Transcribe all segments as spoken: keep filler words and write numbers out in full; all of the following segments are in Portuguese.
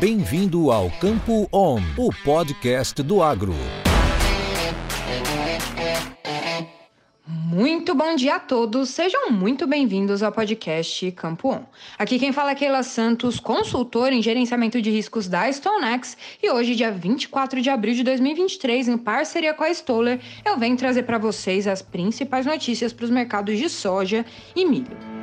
Bem-vindo ao Campo On, o podcast do agro. Muito bom dia a todos, sejam muito bem-vindos ao podcast Campo On. Aqui quem fala é Keila Santos, consultora em gerenciamento de riscos da StoneX, e hoje, dia vinte e quatro de abril de dois mil e vinte e três, em parceria com a Stoller, eu venho trazer para vocês as principais notícias para os mercados de soja e milho.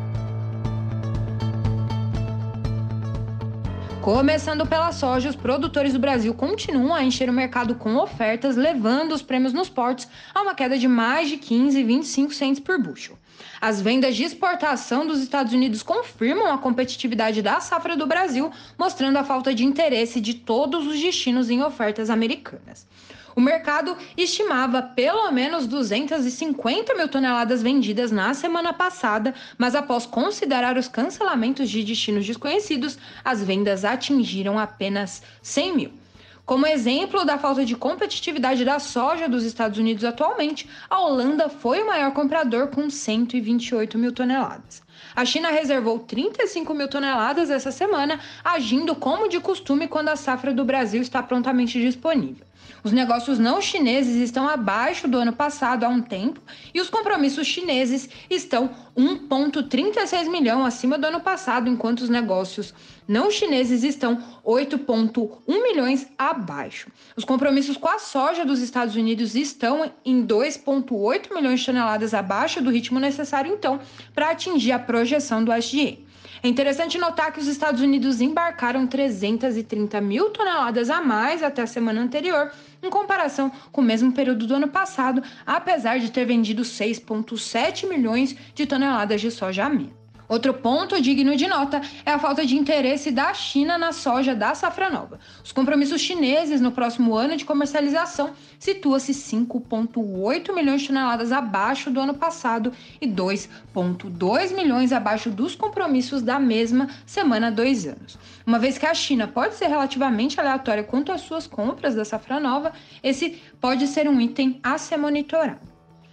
Começando pela soja, os produtores do Brasil continuam a encher o mercado com ofertas, levando os prêmios nos portos a uma queda de mais de quinze e vinte e cinco centes por bushel. As vendas de exportação dos Estados Unidos confirmam a competitividade da safra do Brasil, mostrando a falta de interesse de todos os destinos em ofertas americanas. O mercado estimava pelo menos duzentas e cinquenta mil toneladas vendidas na semana passada, mas após considerar os cancelamentos de destinos desconhecidos, as vendas atingiram apenas cem mil. Como exemplo da falta de competitividade da soja dos Estados Unidos atualmente, a Holanda foi o maior comprador com cento e vinte e oito mil toneladas. A China reservou trinta e cinco mil toneladas essa semana, agindo como de costume quando a safra do Brasil está prontamente disponível. Os negócios não chineses estão abaixo do ano passado há um tempo e os compromissos chineses estão um vírgula trinta e seis milhão acima do ano passado, enquanto os negócios não chineses estão oito vírgula um milhões abaixo. Os compromissos com a soja dos Estados Unidos estão em dois vírgula oito milhões de toneladas abaixo do ritmo necessário, então, para atingir a projeção do U S D A. É interessante notar que os Estados Unidos embarcaram trezentas e trinta mil toneladas a mais até a semana anterior, em comparação com o mesmo período do ano passado, apesar de ter vendido seis vírgula sete milhões de toneladas de soja a menos. Outro ponto digno de nota é a falta de interesse da China na soja da safra nova. Os compromissos chineses no próximo ano de comercialização situa-se cinco vírgula oito milhões de toneladas abaixo do ano passado e dois vírgula dois milhões abaixo dos compromissos da mesma semana há dois anos. Uma vez que a China pode ser relativamente aleatória quanto às suas compras da safra nova, esse pode ser um item a ser monitorado.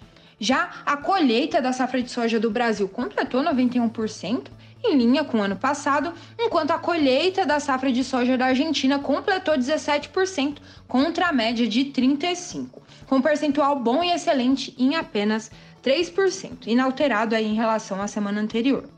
Já a colheita da safra de soja do Brasil completou noventa e um por cento, em linha com o ano passado, enquanto a colheita da safra de soja da Argentina completou dezessete por cento, contra a média de trinta e cinco por cento, com um percentual bom e excelente em apenas três por cento, inalterado aí em relação à semana anterior.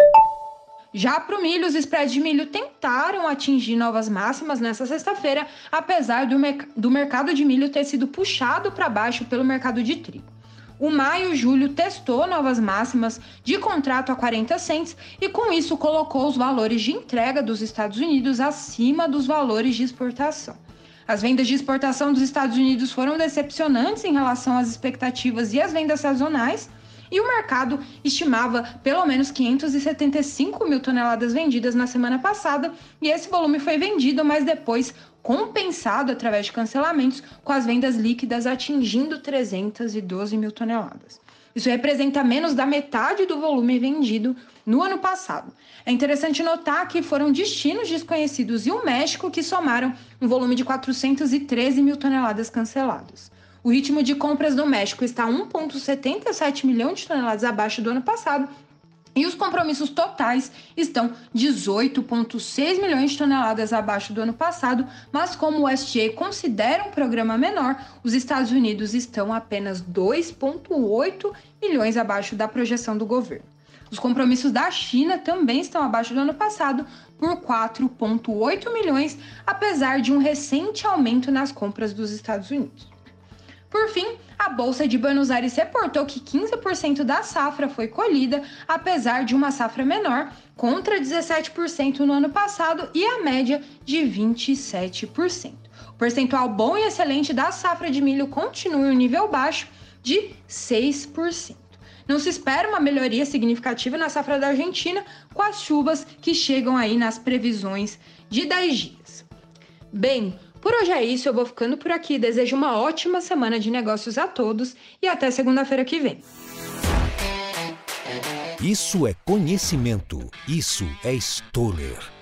Já para o milho, os spreads de milho tentaram atingir novas máximas nesta sexta-feira, apesar do, merc- do mercado de milho ter sido puxado para baixo pelo mercado de trigo. O maio-julho testou novas máximas de contrato a quarenta cents e com isso colocou os valores de entrega dos Estados Unidos acima dos valores de exportação. As vendas de exportação dos Estados Unidos foram decepcionantes em relação às expectativas e às vendas sazonais, e o mercado estimava pelo menos quinhentas e setenta e cinco mil toneladas vendidas na semana passada, e esse volume foi vendido, mas depois compensado através de cancelamentos, com as vendas líquidas atingindo trezentas e doze mil toneladas. Isso representa menos da metade do volume vendido no ano passado. É interessante notar que foram destinos desconhecidos e o México que somaram um volume de quatrocentas e treze mil toneladas canceladas. O ritmo de compras do México está um vírgula setenta e sete milhão de toneladas abaixo do ano passado, e os compromissos totais estão dezoito vírgula seis milhões de toneladas abaixo do ano passado, mas como o U S D A considera um programa menor, os Estados Unidos estão apenas dois vírgula oito milhões abaixo da projeção do governo. Os compromissos da China também estão abaixo do ano passado por quatro vírgula oito milhões, apesar de um recente aumento nas compras dos Estados Unidos. Por fim, a Bolsa de Buenos Aires reportou que quinze por cento da safra foi colhida, apesar de uma safra menor, contra dezessete por cento no ano passado e a média de vinte e sete por cento. O percentual bom e excelente da safra de milho continua em um nível baixo de seis por cento. Não se espera uma melhoria significativa na safra da Argentina, com as chuvas que chegam aí nas previsões de dez dias. Bem, por hoje é isso, eu vou ficando por aqui. Desejo uma ótima semana de negócios a todos e até segunda-feira que vem. Isso é conhecimento. Isso é Stoller.